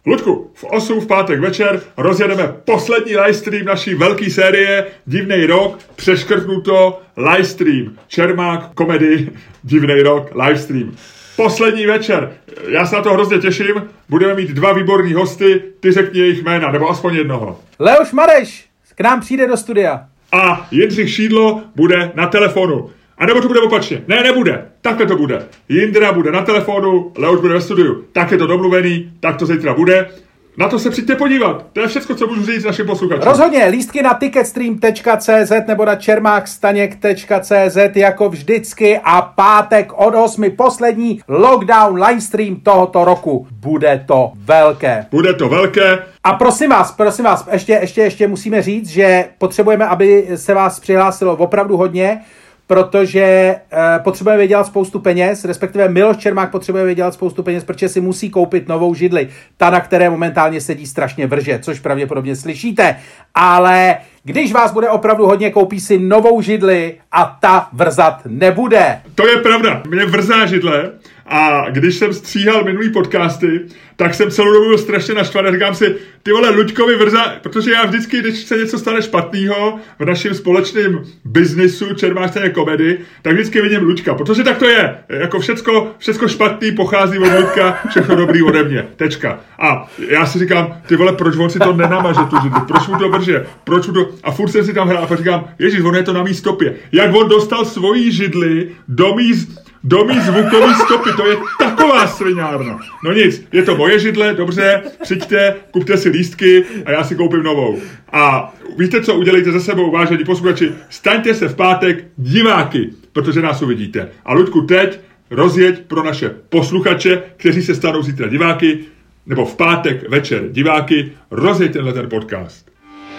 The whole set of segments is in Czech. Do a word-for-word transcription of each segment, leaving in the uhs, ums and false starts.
Luďku, v osm v pátek večer rozjedeme poslední livestream naší velké série Divnej rok, přeškrtnuto livestream. Čermák, komedy, Divnej rok, livestream. Poslední večer. Já se na to hrozně těším. Budeme mít dva výborní hosty. Ty řekni jejich jména, nebo aspoň jednoho. Leoš Mareš k nám přijde do studia. A Jindřich Šídlo bude na telefonu. A nebo to bude opačně. Ne, nebude. Takhle to bude. Jindra bude na telefonu, Leoš bude ve studiu. Tak je to domluvený, tak to zítra bude. Na to se přijďte podívat. To je všechno, co můžu říct našim posluchačům. Rozhodně, lístky na ticketstream tečka cé zet nebo na čermákstaněk tečka cé zet jako vždycky a pátek od osmi poslední lockdown livestream tohoto roku. Bude to velké. Bude to velké. A prosím vás, prosím vás, ještě, ještě, ještě musíme říct, že potřebujeme, aby se vás přihlásilo opravdu hodně, protože e, potřebujeme vydělat spoustu peněz, respektive Miloš Čermák potřebuje vydělat spoustu peněz, protože si musí koupit novou židli, ta, na které momentálně sedí strašně vrže, což pravděpodobně slyšíte, ale když vás bude opravdu hodně, koupí si novou židli a ta vrzat nebude. To je pravda, mě vrzá židle a když jsem stříhal minulý podcasty, tak jsem celou dobu byl strašně naštvaný a říkám si, ty vole, Luďkovi vrzá, protože já vždycky, když se něco stane špatného v našem společném biznisu Čermáčské komedy, tak vždycky vidím Luďka, protože tak to je, jako všecko, všecko špatný pochází od Luďka, všechno dobrý ode mě, tečka. A já si říkám, ty vole, proč on si to nenamaže tu židli, proč mu to vrže, proč mu to, a furt jsem si tam hrál a říkám, ježiš, on je to na mý stopě, jak on dostal svoji židli do mý Do mý zvukový stopy, to je taková sviňárna. No nic, je to moje židle, dobře, přijďte, kupte si lístky a já si koupím novou. A víte, co udělejte za sebou, vážení posluchači? Staňte se v pátek diváky, protože nás uvidíte. A Luďku, teď rozjeď pro naše posluchače, kteří se stanou zítra diváky, nebo v pátek večer diváky, rozjeď tenhle ten podcast.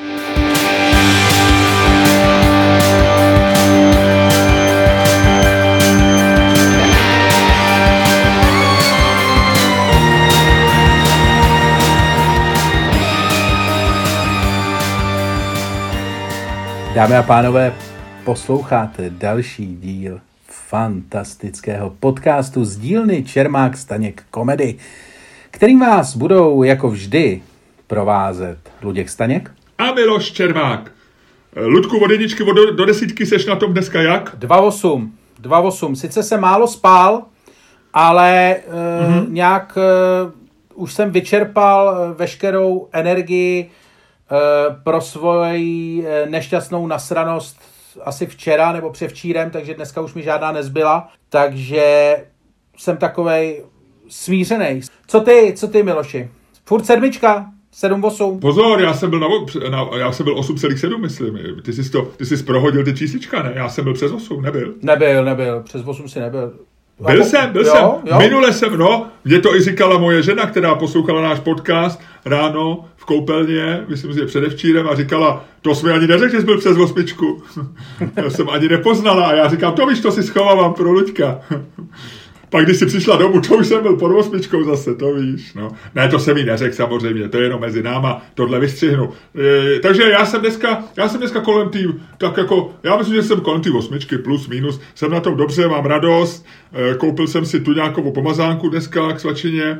Dámy a pánové, posloucháte další díl fantastického podcastu z dílny Čermák Staněk komedy, kterým vás budou jako vždy provázet Luděk Staněk a Miloš Čermák. Ludku, od jedničky do, do desítky seš na tom dneska jak? dva osm. dva osm. Sice jsem málo spál, ale uh, mm-hmm. nějak uh, už jsem vyčerpal veškerou energii pro svoji nešťastnou nasranost asi včera nebo převčírem, takže dneska už mi žádná nezbyla, takže jsem takovej smířenej. Co ty, co ty, Miloši? Furt sedmička? sedm osm? Pozor, já jsem byl na, na já jsem byl osm celá sedm, myslím. Ty jsi to, ty jsi prohodil ty číslička, ne? Já jsem byl přes osm, nebyl? Nebyl, nebyl, přes osm si nebyl. Byl jsem, byl jo, jsem. Jo. Minule jsem, no, mě to i říkala moje žena, která poslouchala náš podcast ráno v koupelně, myslím si, předevčírem a říkala, to jsme ani neřekli, že jsi byl přes osmičku. Já jsem ani nepoznala a já říkám, to víš, to si schovávám pro Luďka. Pak když jsi přišla domů, to už jsem byl pod osmičkou zase, to víš, no. Ne, to jsem jí neřekl samozřejmě, to je jenom mezi náma, tohle vystřihnu. E, takže já jsem dneska, já jsem dneska kolem tý, tak jako, já myslím, že jsem kolem tý osmičky plus, minus, jsem na tom dobře, mám radost, e, koupil jsem si tu nějakou pomazánku dneska k svačině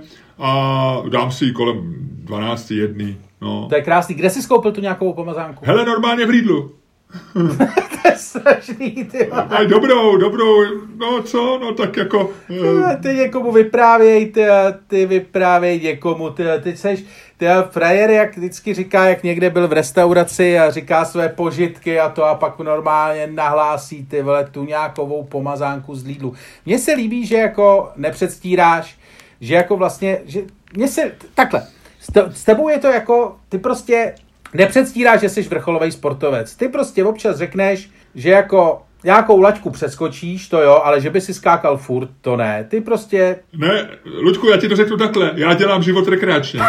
a dám si ji kolem dvanácti jedný, no. To je krásný, kde jsi koupil tu nějakou pomazánku? Hele, normálně v Lidlu. To je strašný, ty Aj dobrou, dobrou, no co, no tak jako... Uh... Ty někomu vyprávěj, ty, ty vyprávěj někomu, ty, ty seš, ty frajer, jak vždycky říká, jak někde byl v restauraci a říká své požitky a to a pak normálně nahlásí, ty vole, tu nějakou pomazánku z Lidlu. Mně se líbí, že jako nepředstíráš, že jako vlastně, že mně se, takhle, s tebou je to jako, ty prostě... Nepředstíráš, že jsi vrcholový sportovec. Ty prostě občas řekneš, že jako nějakou laťku přeskočíš, to jo, ale že by si skákal furt, to ne. Ty prostě... Ne, Luďku, já ti to řeknu takhle. Já dělám život rekreačně.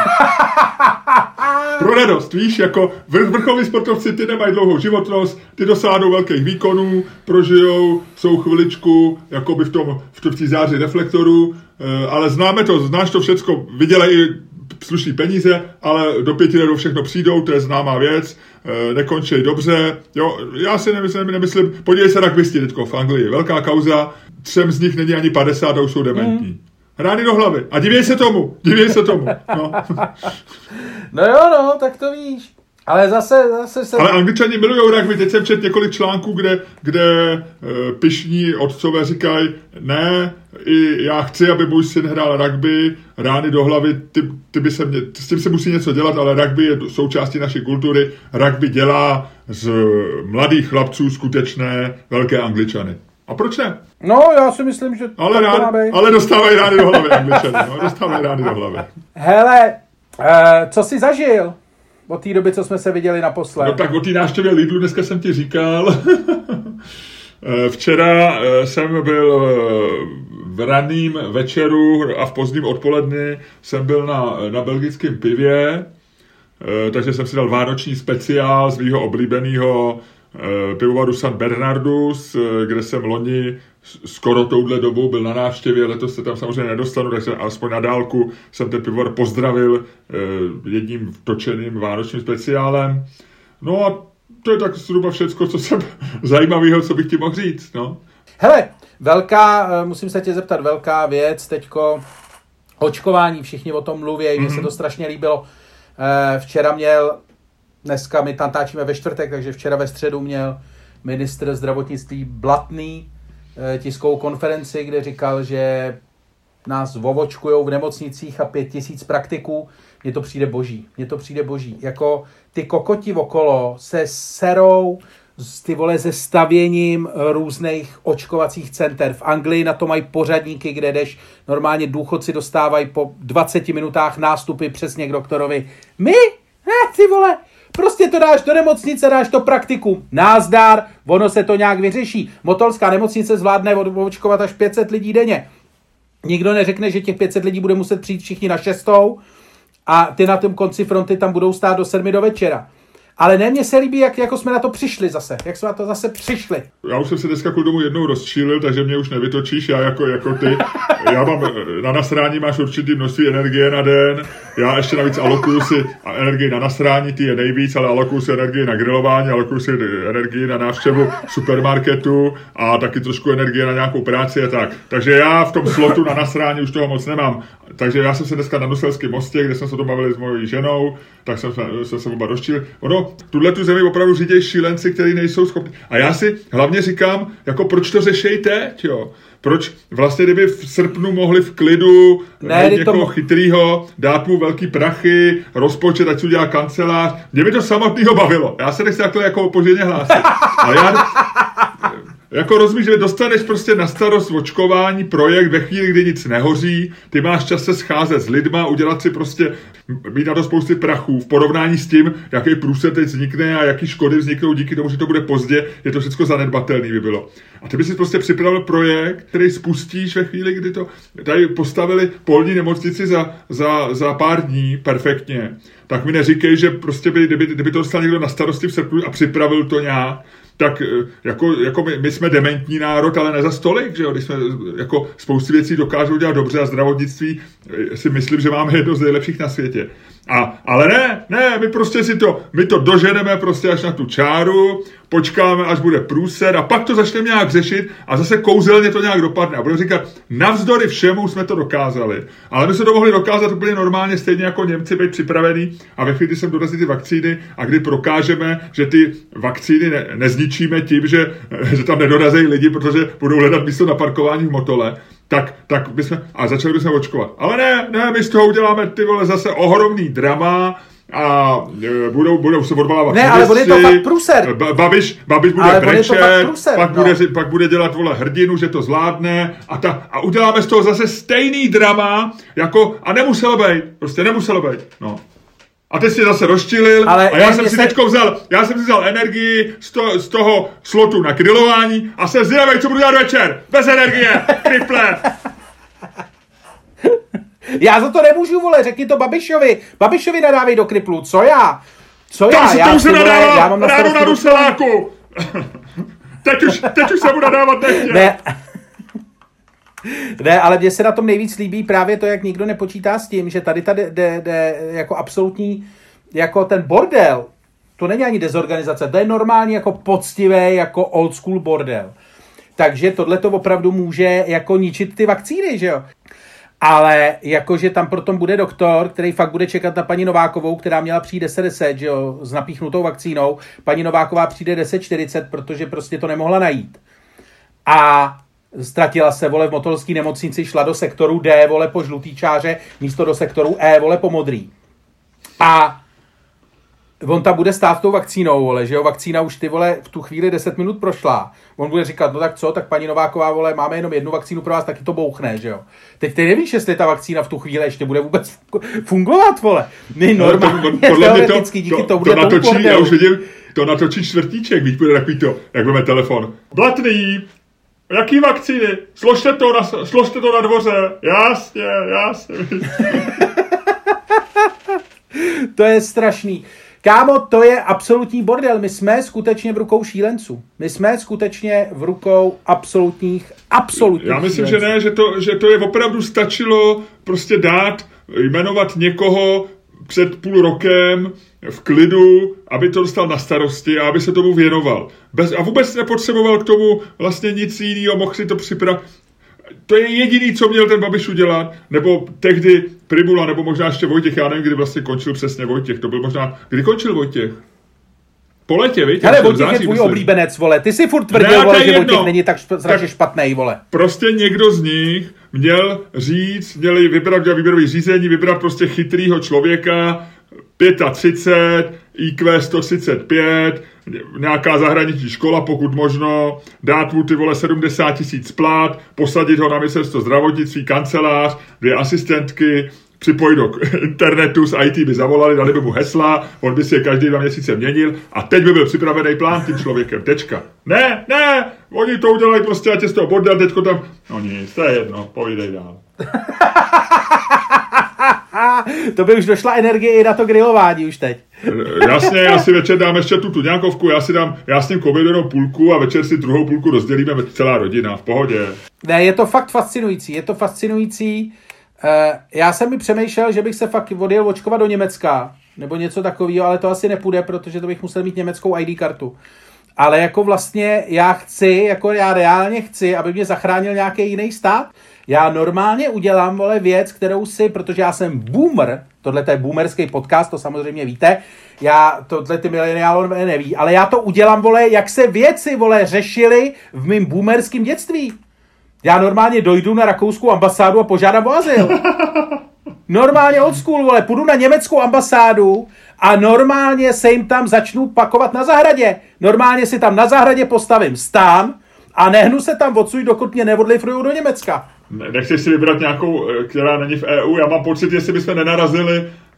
Pro radost, víš, jako vrcholoví sportovci, ty nemají dlouhou životnost, ty dosáhnou velkých výkonů, prožijou, jsou chviličku, jakoby v tom, v té záři reflektoru, ale známe to, znáš to všecko, vydělají slušný peníze, ale do pěti let všechno přijdou, to je známá věc, nekončí dobře. Jo, já si nemyslím, nemyslím podívej se na rugbysti teďko v Anglii, velká kauza, třem z nich není ani padesát a už jsou dementní. Rány do hlavy. A divěj se tomu, divěj se tomu. No, no jo, no, tak to víš. Ale zase, zase se... Ale Angličani milujou rugby. Teď jsem četl několik článků, kde, kde e, pyšní otcové říkají, ne, i já chci, aby můj syn hrál rugby, rány do hlavy, ty, ty by se mě, s tím se musí něco dělat, ale rugby je součástí naší kultury. Rugby dělá z mladých chlapců skutečné velké Angličany. A proč ne? No, já si myslím, že... Ale, rán, ale dostávají rány do hlavy Angličany. No, dostávají rány do hlavy. Hele, uh, co jsi zažil od té doby, co jsme se viděli naposled? No tak o té návštěvě Lidlu dneska jsem ti říkal. Včera jsem byl v ranním večeru a v pozdním odpoledni jsem byl na, na belgickém pivě, takže jsem si dal vánoční speciál z mýho oblíbeného pivovaru San Bernardus, kde jsem loni skoro touhle dobou byl na návštěvě, letos se tam samozřejmě nedostanu, takže alespoň na dálku jsem ten pivovar pozdravil jedním točeným vánočním speciálem. No a to je tak zhruba všecko, co jsem zajímavého, co bych ti mohl říct, no. Hele, velká, musím se tě zeptat, velká věc teďko, očkování, všichni o tom mluví, mm-hmm. mně se to strašně líbilo. Včera měl, dneska my natáčíme ve čtvrtek, takže včera ve středu měl ministr zdravotnictví Blatný tiskovou konferenci, kde říkal, že nás vovočkujou v nemocnicích a pět tisíc praktiků. Mně to přijde boží. Mně to přijde boží. Jako ty kokoti okolo se serou ty vole se stavěním různých očkovacích center. V Anglii na to mají pořadníky, kde jdeš, normálně důchodci dostávají po dvaceti minutách nástupy přesně k doktorovi. My? Ne, ty vole, prostě to dáš do nemocnice, dáš to praktikum. Názdar, ono se to nějak vyřeší. Motolská nemocnice zvládne očkovat až pět set lidí denně. Nikdo neřekne, že těch pět set lidí bude muset přijít všichni na šestou a ty na tom konci fronty tam budou stát do sedmi do večera. Ale ne, mně se líbí, jak jako jsme na to přišli zase. Jak jsme na to zase přišli. Já už jsem se dneska kvůli tomu jednou rozčílil, takže mě už nevytočíš, já jako, jako ty. Já mám, na nasrání máš určitý množství energie na den, já ještě navíc alokuju si energii na nasrání, ty je nejvíc, ale alokuju si energii na grilování, alokuju si energii na návštěvu supermarketu a taky trošku energie na nějakou práci a tak. Takže já v tom slotu na nasrání už toho moc nemám. Takže já jsem se dneska na Nuselském mostě, kde jsme se to bavili s mojí ženou, tak jsem, jsem se oba rozčílil. Ono, tuhle tu zemi opravdu řídějí šílenci, kteří nejsou schopni. A já si hlavně říkám, jako proč to řešejí teď, jo? Proč vlastně, kdyby v srpnu mohli v klidu ne, někoho to... chytrýho, dát mu velký prachy, rozpočet, ať si udělá kancelář. Mě by to samotného bavilo. Já se nechci takhle jako opožděně hlásit. Ale já... Jako rozumíš, že dostaneš prostě na starost očkování projekt ve chvíli, kdy nic nehoří, ty máš čas se scházet s lidma, udělat si prostě, mít na to spousty prachů v porovnání s tím, jaký průser teď vznikne a jaký škody vzniknou díky tomu, že to bude pozdě, je to všechno zanedbatelný by bylo. A ty by si prostě připravil projekt, který spustíš ve chvíli, kdy to tady postavili polní nemocnici za, za, za pár dní perfektně. Tak mi neříkej, že prostě by, kdyby, kdyby to dostal někdo na starosti v srpnu a připravil to nějak, tak jako, jako my, my jsme dementní národ, ale ne za stolik, že jo, když jsme jako spousty věcí dokážou dělat dobře a zdravotnictví si myslím, že máme jedno z nejlepších na světě. A, ale ne, ne, my prostě si to, my to doženeme prostě až na tu čáru, počkáme, až bude průser a pak to začneme nějak řešit a zase kouzelně to nějak dopadne. A budeme říkat, navzdory všemu jsme to dokázali. Ale my se to mohli dokázat úplně normálně, stejně jako Němci být připravený a ve chvíli, kdy sem dorazí ty vakcíny a kdy prokážeme, že ty vakcíny ne, nezničíme tím, že, že tam nedorazí lidi, protože budou hledat místo na parkování v Motole, tak, tak bychom, a začali bychom očkovat. Ale ne, ne, my z toho uděláme ty vole zase ohromný drama a e, budou, budou se odvolávat. Ne, ale bude to fakt průser. Ba, babiš, babiš bude ale brečet, průser, pak, no. bude, pak bude dělat vole hrdinu, že to zvládne a, ta, a uděláme z toho zase stejný drama, jako, a nemuselo být, prostě nemuselo být, no. A ty jsi zase rozčilil ale a já jsem si se... teďko vzal, já jsem si vzal energii z, to, z toho slotu na grilování a jsem zvědavej, co budu dělat večer. Bez energie, triple. Já za to nemůžu, vole, řekni to Babišovi. Babišovi nadávej do kriplu, co já? Co Tam já? si já to už se nadává, já mám na ráno na Ruseláku. teď, už, teď už se mu nadávat nechtěl. Ne. Ne, ale mně se na tom nejvíc líbí právě to, jak nikdo nepočítá s tím, že tady tady jde, jde jako absolutní, jako ten bordel, to není ani dezorganizace, to je normální jako poctivý, jako old school bordel. Takže tohle to opravdu může jako ničit ty vakcíny, že jo? Ale jakože tam potom bude doktor, který fakt bude čekat na paní Novákovou, která měla přijít deset deset, že jo, s napíchnutou vakcínou. Paní Nováková přijde deset čtyřicet, protože prostě to nemohla najít. A ztratila se, vole, v motolské nemocnici, šla do sektoru D, vole, po žlutý čáře, místo do sektoru E, vole, po modrý. A on tam bude stát s tou vakcínou, vole, že jo, vakcína už ty, vole, v tu chvíli deset minut prošla. On bude říkat, no tak co, tak paní Nováková, vole, máme jenom jednu vakcínu pro vás, taky to bouchne, že jo. Teď ty nevíš, jestli ta vakcína v tu chvíli ještě bude vůbec fungovat, vole. My normálně, teoreticky, díky tomu bude to natočí, já už vidím, to natočí čtvrtíček, víš, bude takový to, jak máme telefon. Blatný, jaký vakcíny? Složte to na, složte to na dvoře, jasně, jasně. To je strašný. Kámo, to je absolutní bordel. My jsme skutečně v rukou šílenců. My jsme skutečně v rukou absolutních, absolutních Já myslím, šílenců. že ne, že to, že to je opravdu stačilo prostě dát, jmenovat někoho před půl rokem v klidu, aby to dostal na starosti a aby se tomu věnoval. Bez, a vůbec nepotřeboval k tomu vlastně nic jiného, mohl si to připravit. To je jediný, co měl ten Babiš udělat, nebo tehdy Prymula, nebo možná ještě Vojtěch, já nevím, kdy vlastně končil přesně Vojtěch, to byl možná, kdy končil Vojtěch? Po letě, víš? Ale Vojtěch je tvůj myslím. oblíbenec, vole, ty si furt tvrdil, ne, vole, že Vojtěch není tak strašně špatnej, vole. Prostě někdo z nich měl říct, měli vybrat, dělat výběrový řízení, vybrat prostě chytrýho člověka, třicet pět, í kvé sto třicet pět, nějaká zahraniční škola, pokud možno, dát mu ty vole sedmdesát tisíc plat, posadit ho na ministerstvo zdravotnictví, kancelář, dvě asistentky, připojit do internetu, z í té by zavolali, dali by mu hesla, on by si je každý dva měsíce měnil a teď by byl připravený plán tím člověkem, tečka. Ne, ne, oni to udělají prostě, ať je z toho bordel, teďko tam, no nic, to je jedno, povídej dál. To by už došla energie i na to grilování už teď. Jasně, já si večer dám ještě tu tuňákovku, já si dám, já s ním obědvenou půlku a večer si druhou půlku rozdělíme celá rodina, v pohodě. Ne, je to fakt fascinující, je to fascinující. Já jsem mi přemýšlel, že bych se fakt odjel očkovat do Německa, nebo něco takového, ale to asi nepůjde, protože to bych musel mít německou í dé kartu. Ale jako vlastně já chci, jako já reálně chci, aby mě zachránil nějaký jiný stát. Já normálně udělám, vole, věc, kterou si, protože já jsem boomer, tohle je boomerský podcast, to samozřejmě víte, já, tohle ty mileniálové neví, ale já to udělám, vole, jak se věci, vole, řešily v mým boomerském dětství. Já normálně dojdu na rakouskou ambasádu a požádám o azyl. Normálně old school, vole, půjdu na německou ambasádu a normálně se jim tam začnu pakovat na zahradě. Normálně si tam na zahradě postavím stán a nehnu se tam odsud, dokud mě neodlifrujou do Německa. Nechceš si vybrat nějakou, která není v é ú? Já mám pocit, jestli bychom nenarazili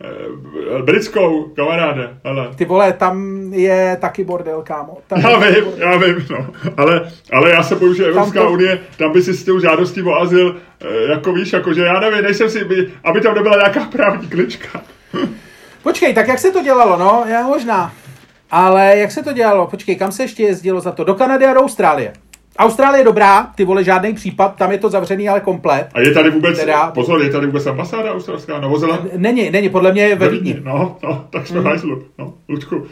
eh, britskou, kamaráde. Ale. Ty vole, tam je taky bordel, kámo. Tam já vím, bordel. já vím, no. Ale, ale já se bojím, že Evropská tam to... unie, tam by si s tou žádostí o azyl, eh, jako víš, jako, že já nevím, nejsem si, aby tam nebyla nějaká právní klička. Počkej, tak jak se to dělalo, no? Já možná. Ale jak se to dělalo? Počkej, kam se ještě jezdilo za to? Do Kanady a do Austrálie. Austrálie je dobrá, ty vole, žádný případ, tam je to zavřený, ale komplet. A je tady vůbec, teda, pozor, je tady vůbec ambasáda australská, Novozéland? Není, není, podle mě je ve Vídni. No, no, tak jsme v hajzlu, mm. no, Luďku.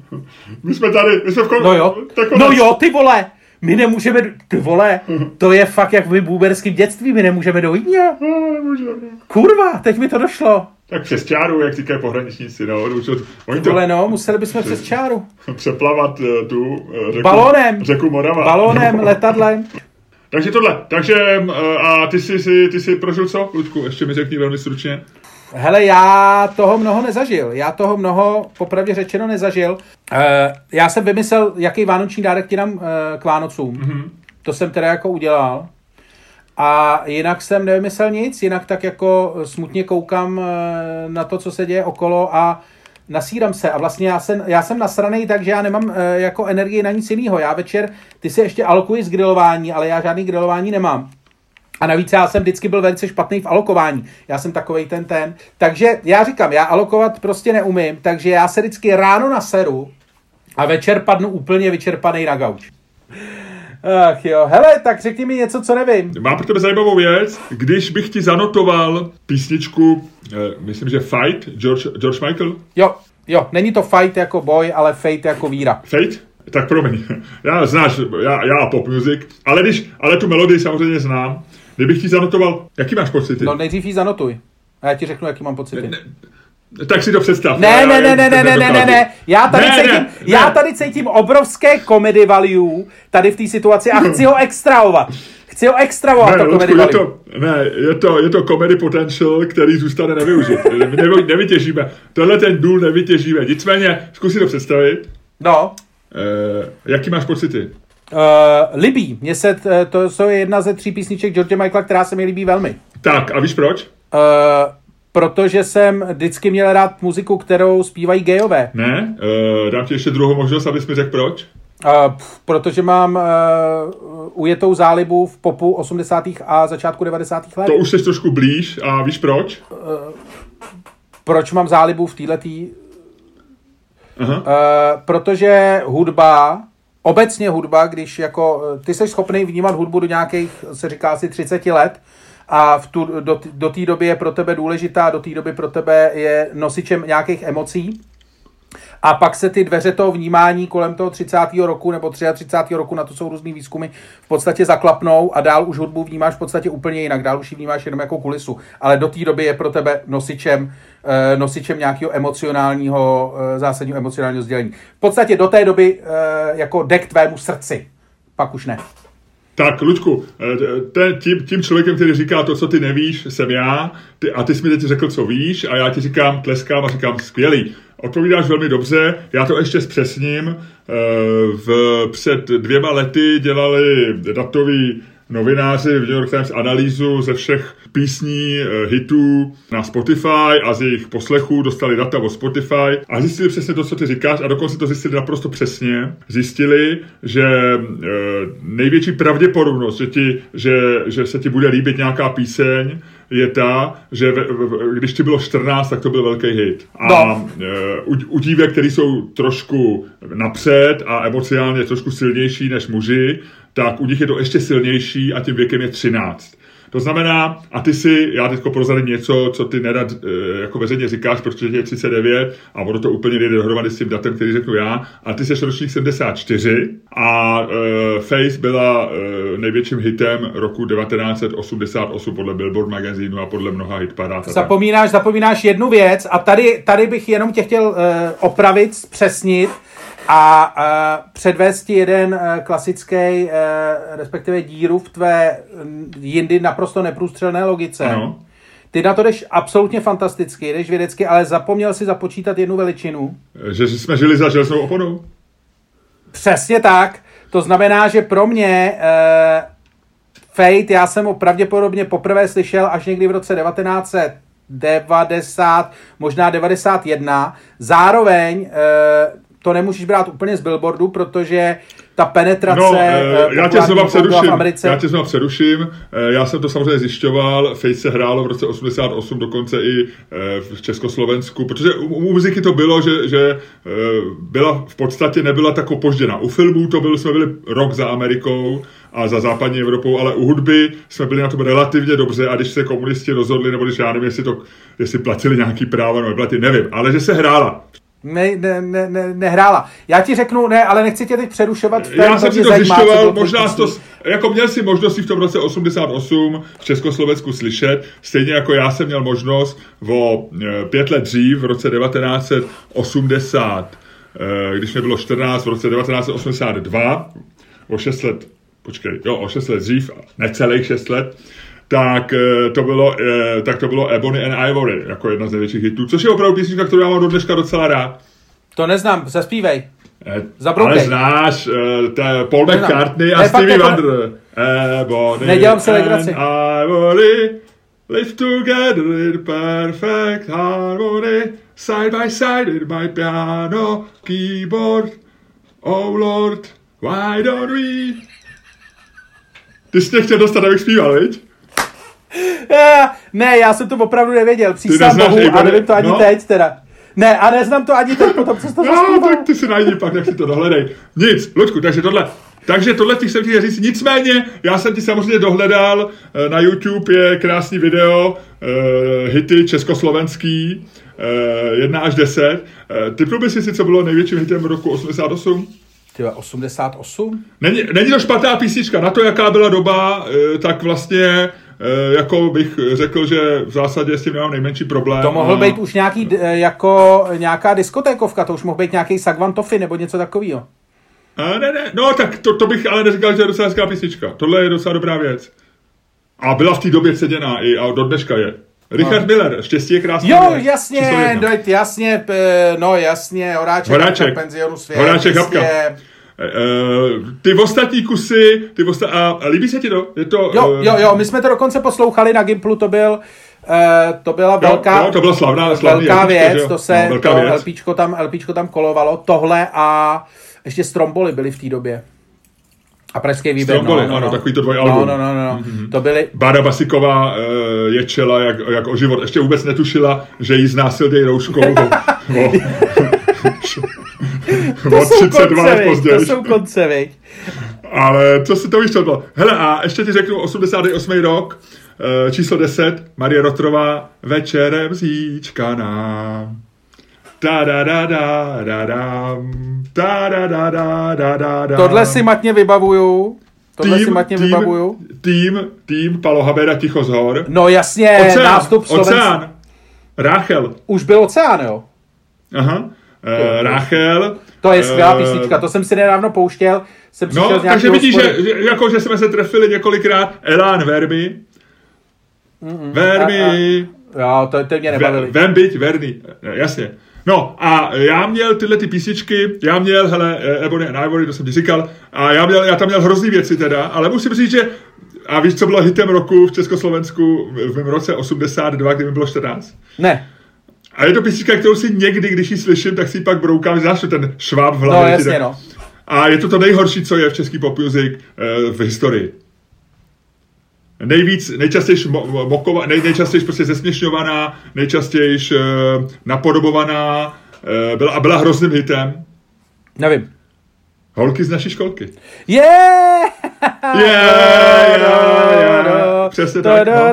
My jsme tady, my jsme v kon... No jo, no jo, ty vole, my nemůžeme, ty vole, to je fakt jak v boomerském dětství, my nemůžeme do Vídně. No, nemůžeme. Kurva, teď mi to došlo. Tak přes čáru, jak říkají pohraničníci, no. Oni to, vole, no, museli bychom přes čáru. Přeplavat tu řeku, balónem, řeku Morava. Balónem, letadlem. Takže tohle, takže a ty jsi, ty jsi prožil co, Luďku? Ještě mi řekni velmi stručně. Hele, já toho mnoho nezažil. Já toho mnoho, popravdě řečeno, nezažil. Uh, já jsem vymyslel, jaký vánoční dárek ti dám uh, k Vánocům. Mm-hmm. To jsem teda jako udělal. A jinak jsem nevymyslel nic, jinak tak jako smutně koukám uh, na to, co se děje okolo a nasírám se. A vlastně já jsem, já jsem nasranej tak, že já nemám uh, jako energii na nic jiného. Já večer, ty si ještě alokuji z grilování, ale já žádný grilování nemám. A navíc já jsem vždycky byl velice špatný v alokování. Já jsem takovej ten ten. Takže já říkám, já alokovat prostě neumím, takže já se vždycky ráno naseru a večer padnu úplně vyčerpaný na gauč. Ach jo, hele, tak řekni mi něco, co nevím. Mám pro tebe zajímavou věc. Když bych ti zanotoval písničku, eh, myslím, že Fight, George, George Michael. Jo, jo, není to fight jako boj, ale fate jako víra. Fate? Tak promiň, já znáš, já, já pop music, ale, když, ale tu melodii samozřejmě znám. Kdybych ti zanotoval, jaký máš pocity? No nejdřív ji zanotuj. A já ti řeknu, jaký mám pocity. Ne, ne, tak si to představ. Ne, ne, ne, ne, ne, ne, ne, ne, ne. Já tady, ne, cítím, ne, já ne. tady cítím obrovské comedy value tady v té situaci a chci ho extrahovat. Chci ho extrahovat, ne, to comedy value. Je to, ne, je to, je to comedy potential, který zůstane nevyužit. Nevy, nevytěžíme. Tohle ten důl nevytěžíme. Nicméně, zkus si to představit. No. E, jaký máš pocity? Uh, líbí. Mně se, t, to, to je jedna ze tří písniček George Michaela, která se mi líbí velmi. Tak, a víš proč? Uh, protože jsem vždycky měl rád muziku, kterou zpívají gejové. Ne, uh, dám ti ještě druhou možnost, abys mi řekl proč. Uh, pf, protože mám uh, ujetou zálibu v popu osmdesátých a začátku devadesátých let. To už jsi trošku blíž a víš proč? Uh, proč mám zálibu v této... Uh, protože hudba, obecně hudba, když jako, ty jsi schopný vnímat hudbu do nějakých, se říká asi třicet let a v tu, do, do té doby je pro tebe důležitá, do té doby pro tebe je nosičem nějakých emocí a pak se ty dveře toho vnímání kolem toho třicátého roku nebo třicátého třetího roku, na to jsou různý výzkumy, v podstatě zaklapnou a dál už hudbu vnímáš v podstatě úplně jinak, dál už ji vnímáš jenom jako kulisu, ale do té doby je pro tebe nosičem nosičem nějakého emocionálního, zásadního emocionálního sdělení. V podstatě do té doby jako jde k tvému srdci. Pak už ne. Tak, Luďku, ten, tím, tím člověkem, který říká to, co ty nevíš, jsem já, ty, a ty jsi mi teď řekl, co víš, a já ti říkám, tleskám a říkám, skvělý. Odpovídáš velmi dobře, já to ještě zpřesním. V, před dvěma lety dělali datoví novináři v New York Times analýzu ze všech písní, hitů na Spotify a z jejich poslechů dostali data o Spotify a zjistili přesně to, co ty říkáš a dokonce to zjistili naprosto přesně. Zjistili, že největší pravděpodobnost, že, ti, že, že se ti bude líbit nějaká píseň, je ta, že v, v, když ti bylo čtrnáct, tak to byl velký hit. A no. u, u dívek, který jsou trošku napřed a emocionálně trošku silnější než muži, tak u nich je to ještě silnější a tím věkem je třináct. To znamená, a ty si, já teďko prozradím něco, co ty nerad e, jako veřejně říkáš, protože je třicet devět a ono to úplně nejde dohromady s tím datem, který řeknu já, a ty jsi ročník sedmdesát čtyři a e, Face byla e, největším hitem roku devatenáct set osmdesát osm podle Billboard magazínu a podle mnoha hitparád. Zapomínáš, zapomínáš jednu věc a tady, tady bych jenom tě chtěl e, opravit, zpřesnit, a uh, předvést ti jeden uh, klasický, uh, respektive díru v tvé jindy naprosto neprůstřelné logice. Ano. Ty na to jdeš absolutně fantasticky, jdeš vědecky, ale zapomněl si započítat jednu veličinu. Že jsme žili za železnou oponou? Přesně tak. To znamená, že pro mě uh, Fate, já jsem ho pravděpodobně poprvé slyšel až někdy v roce devatenáct set devadesát, možná devadesát jedna. Zároveň uh, to nemůžeš brát úplně z Billboardu, protože ta penetrace no, e, já tě znova přeruším, v Americe... Já tě znova přeruším. E, já jsem to samozřejmě zjišťoval. Face se hrálo v roce osmdesát osm, dokonce i e, v Československu, protože u, u muziky to bylo, že, že e, byla v podstatě nebyla tak opožděna. U filmů to byl, jsme byli rok za Amerikou a za západní Evropou, ale u hudby jsme byli na tom relativně dobře a když se komunisti rozhodli, nebo když já nevím, jestli, to, jestli platili nějaký práva, nebo neplatili, nevím, ale že se hrála. Ne, ne, ne, ne, nehrála. Já ti řeknu, ne, ale nechci tě teď přerušovat. Já jsem si to zjišťoval, možná to, jako měl si možnost v tom roce osmdesát osm v Československu slyšet, stejně jako já jsem měl možnost o pět let dřív, v roce devatenáct set osmdesát, když mě bylo čtrnáct, v roce devatenáct set osmdesát dva, o šest let, počkej, jo, o šest let dřív, necelých šest let, tak to bylo, tak to bylo Ebony and Ivory, jako jedna z největších hitů, což je opravdu písnička, kterou já mám do dneška docela rád. To neznám, zaspívej. Zabroukej. Ale znáš, to je Paul Neznám. McCartney a ne, Stevie Wonder. Ebony Nedělám se legraci. Ivory live together in perfect harmony, side by side in my piano keyboard. Oh Lord, why don't we... Ty jsi tě chtěl dostat, abych zpíval, viď? Ne, já jsem to opravdu nevěděl. Přísám Bohu a nevím to ani no. teď teda. Ne, a neznám to ani teď, potom co jsi to no, zaspíval. Tak ty si najdi pak, jak si to dohledej. Nic, Luďku, takže tohle, takže tohle ti jsem ti říct. Nicméně, já jsem ti samozřejmě dohledal, na YouTube je krásný video, uh, hity československý, uh, jedna až deset. Uh, Typnul bys si, co bylo největším hitem roku osmdesát osm? Tyhle, osmdesát osm? Není, není to špatná písnička, na to, jaká byla doba, uh, tak vlastně jako bych řekl, že v zásadě s tím nemám nejmenší problém. To mohl a... být už nějaký, jako nějaká diskotékovka, to už mohl být nějaký Sagvan Toffee nebo něco takového. A ne, ne, no tak to, to bych ale neříkal, že je docela hezká písnička. Tohle je docela dobrá věc. A byla v té době ceděná i a do dneška je. Richard no. Miller, Štěstí je krásný. Jo, věc. jasně, dojď, jasně, no jasně, Horáček, Horáček penzionu svět. Horáček, Hapka. Uh, ty ostatní kusy, ty osta- a, a líbí se ti to? Je to jo, uh, jo, jo, my jsme to dokonce poslouchali na Gimplu, to byl, uh, to byla velká, jo, jo, to byla slavná, velká věc, věc to se, no, velká to věc. LPčko tam, LPčko tam kolovalo, tohle a ještě Stromboli byly v té době. A Pražský výběr, Stromboli, no, no, ano, no. takový to dvojalbum. No, no, no, no. Mm-hmm. To byly... Bára Basiková uh, ječela jak, jak o život, ještě vůbec netušila, že jí znásildějí rouškou. To jsou konce, to jsou konce, viď? Ale co si to víš, co bylo? Hele, a ještě ti řeknu osmdesátý osmý rok, uh, číslo deset, Marie Rotrová, Večerem zíčka nám. Ta da da da da da ta da da da da da da. Tohle si matně vybavuju. Tohle tým, si matně tým, vybavuju. Tým, tým Palo Habera Ticho z hor. No jasně, Oceán, nástup Slovensk... Oceán. Ráchel. Už byl Oceán, jo? Aha. E, Ráchel. To je skvělá písnička, to jsem si nedávno pouštěl. Jsem no, takže vidíš, že, že, jako, že jsme se trefili několikrát. Elán Vermi. Mm-mm. Vermi. A, a, jo, to, to mě nebavili. Vem byť, Verni. Jasně. No a já měl tyhle ty písničky, já měl, hele, Ebony and Ivory, to jsem ti říkal, a já, měl, já tam měl hrozný věci teda, ale musím říct, že, a víš, co bylo hitem roku v Československu v mém roce osmdesát dva, kdy mi bylo čtrnáct? Ne. A je to písnička, kterou si někdy, když ji slyším, tak si ji pak broukám, znáš to ten šváb v hlavě. No jasně, tak... no. A je to to nejhorší, co je v český pop music uh, v historii. Nejvíc, nejčastěji mo- mokova, nej, nejčastěji prostě zesměšňovaná, nejčastěji uh, napodobovaná uh, byla, a byla hrozným hitem. Nevím. Holky z naší školky. Yeah! Yeah, yeah, yeah. Přesně tak. No.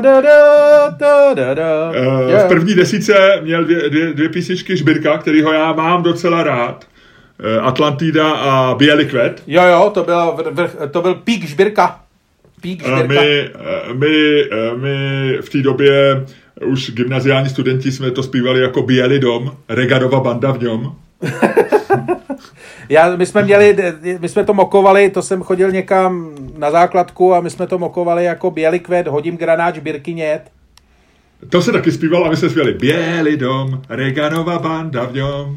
Uh, v první desíce měl dvě, dvě, dvě písničky Žbirka, kterýho já mám docela rád. Uh, Atlantida a Bílý kvet. Jo, jo, to byl, to byl pík Žbirka. My, my, my v té době už gymnaziální studenti jsme to zpívali jako Bílý dom, Regadova banda v něm. Já, my jsme měli, my jsme to mokovali, to jsem chodil někam na základku a my jsme to mokovali jako Bílý kvet, hodím granáč, Birky nět. To se taky zpívalo a my jsme zpívali Bílý dom, Reganova banda v něm.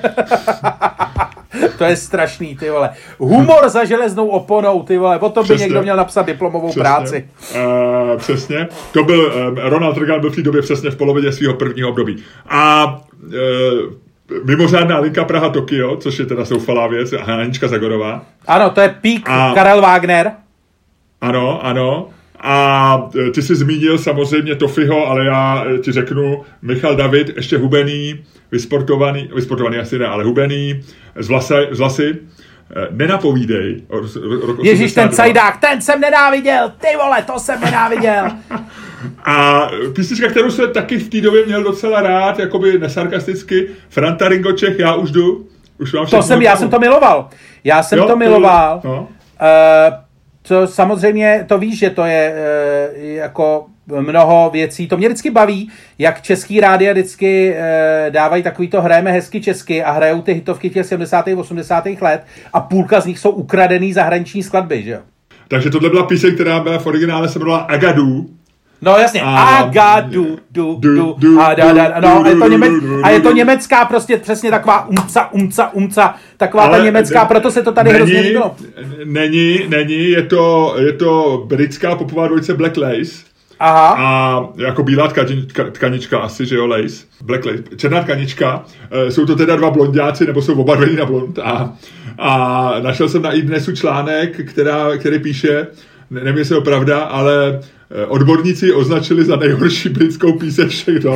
To je strašný, ty vole. Humor za železnou oponou, ty vole. O tom by někdo měl napsat diplomovou přesně. práci. Uh, přesně. To byl, um, Ronald Reagan byl v té době přesně v polovině svého prvního období. A uh, mimořádná linka Praha-Tokio, což je teda soufalá věc, Hanička Zagorová. Ano, to je pík a, Karel Wagner. Ano, ano. A ty jsi zmínil samozřejmě Tofiho, ale já ti řeknu Michal David, ještě hubený, vysportovaný, vysportovaný asi ne, ale hubený, z, vlasy, z vlasy. Nenapovídej. Ježíš, ten cajdák, ten jsem nenáviděl, ty vole, to jsem nenáviděl. A písnička, kterou jsem taky v té době měl docela rád, jakoby nesarkasticky, Franta Ringoček, Já už jdu. Už mám to jsem, já jsem to miloval. Já jsem jo, to miloval. No. Uh, To samozřejmě, to víš, že to je e, jako mnoho věcí. To mě vždycky baví, jak český rádia vždycky e, dávají takovýto hrajeme hezky česky a hrajou ty hitovky těch sedmdesátých osmdesátých let a půlka z nich jsou ukradený zahraniční skladby, že jo? Takže tohle byla píseň, která byla v originále se jmenovala Agadu. No jasně, Agadu, du, du, du, a da, da, no, a je to němec, a je to německá prostě přesně taková umca, umca, umca, taková ale ta německá, proto se to tady není, hrozně líbilo. Není, není, je to, je to britská popová dvojice Black Lace. Aha. A jako bílá tkanička, tkanička asi, že jo, lace, Black Lace, černá tkanička, e, jsou to teda dva blonďáci, nebo jsou obarvení na blond a, a našel jsem na iDnesu článek, která, který píše, ne, nevím, jestli je to pravda, ale odborníci označili za nejhorší britskou píseň všech dob.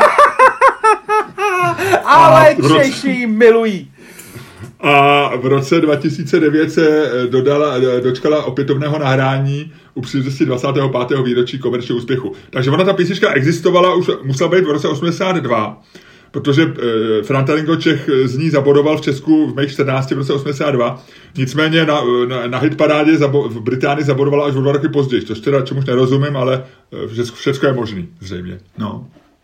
Ale Češi milují. A v roce dva tisíce devět se dodala, dočkala opětovného nahrání u příležitosti dvacátého pátého výročí komerčního úspěchu. Takže ona ta písnička existovala, už musela být v roce osmdesát dva. protože e, Frantalingo Čech z ní zabodoval v Česku v mých čtrnácti v roce osmdesát dva, nicméně na, na, na hitparádě zabo, v Británii zabodovala až o dva roky později, což teda čemuž nerozumím, ale všechno, všechno je možný, zřejmě. No.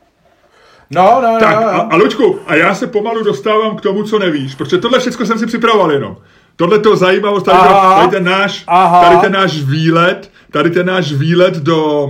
No, no, tak, no, no. A, a Luďku, a já se pomalu dostávám k tomu, co nevíš, protože tohle všechno jsem si připravoval jenom. Tohle to zajímavost, tady, tady, ten náš, tady ten náš výlet, tady ten náš výlet do,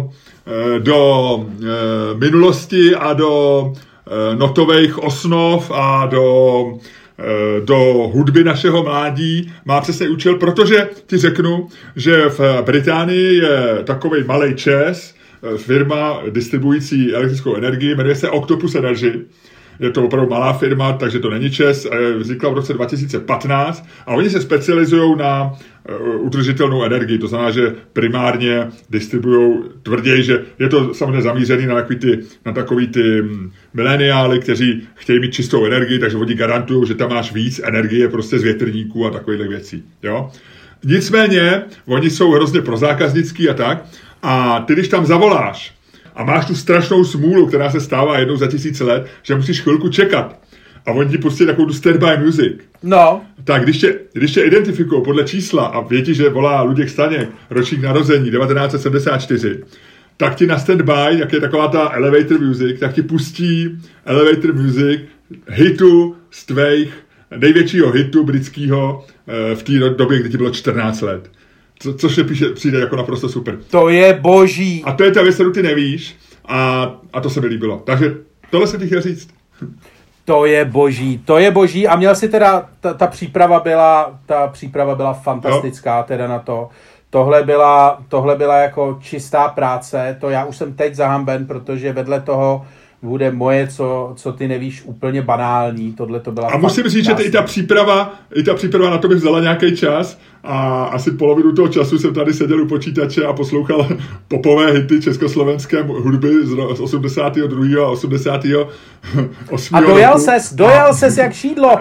do e, minulosti a do e, notových osnov a do, e, do hudby našeho mládí má přesně účel, protože ti řeknu, že v Británii je takovej malej ČEZ, firma distribuující elektrickou energii, jmenuje se Octopus Energy. Je to opravdu malá firma, takže to není ČEZ. Vznikla v roce dva tisíce patnáct a oni se specializují na udržitelnou energii. To znamená, že primárně distribuují tvrději, že je to samozřejmě zamířený na takový ty, na takový ty mileniály, kteří chtějí mít čistou energii, takže oni garantují, že tam máš víc energie prostě z větrníků a takových věcí. Jo? Nicméně, oni jsou hrozně prozákaznický a tak. A ty, když tam zavoláš a máš tu strašnou smůlu, která se stává jednou za tisíc let, že musíš chvilku čekat a oni ti pustí takovou tu standby music. No. Tak když tě, když tě identifikují podle čísla a vědí, že volá Luděk Staněk, ročník narození devatenáct set sedmdesát čtyři, tak ti na standby, jak je taková ta elevator music, tak ti pustí elevator music hitu z tvých největšího hitu britského v té době, kdy ti bylo čtrnáct let. Co, což je píše, přijde jako naprosto super. To je boží. A to je ta věc, kterou ty nevíš a, a to se mi líbilo. Takže tohle jsem ti chtěl říct. To je boží, to je boží a měl si teda, ta, ta příprava byla, ta příprava byla fantastická, jo. Teda na to. Tohle byla, tohle byla jako čistá práce, to já už jsem teď zahamben, protože vedle toho bude moje, co, co ty nevíš, úplně banální. Tohle to byla. A musím říct, že i ta příprava, i ta příprava na to by vzala nějaký čas a asi polovinu toho času jsem tady seděl u počítače a poslouchal popové hity československé hudby z osmdesátého druhého a osmdesátého osmého A dojel ses, dojel ses jak šídlo.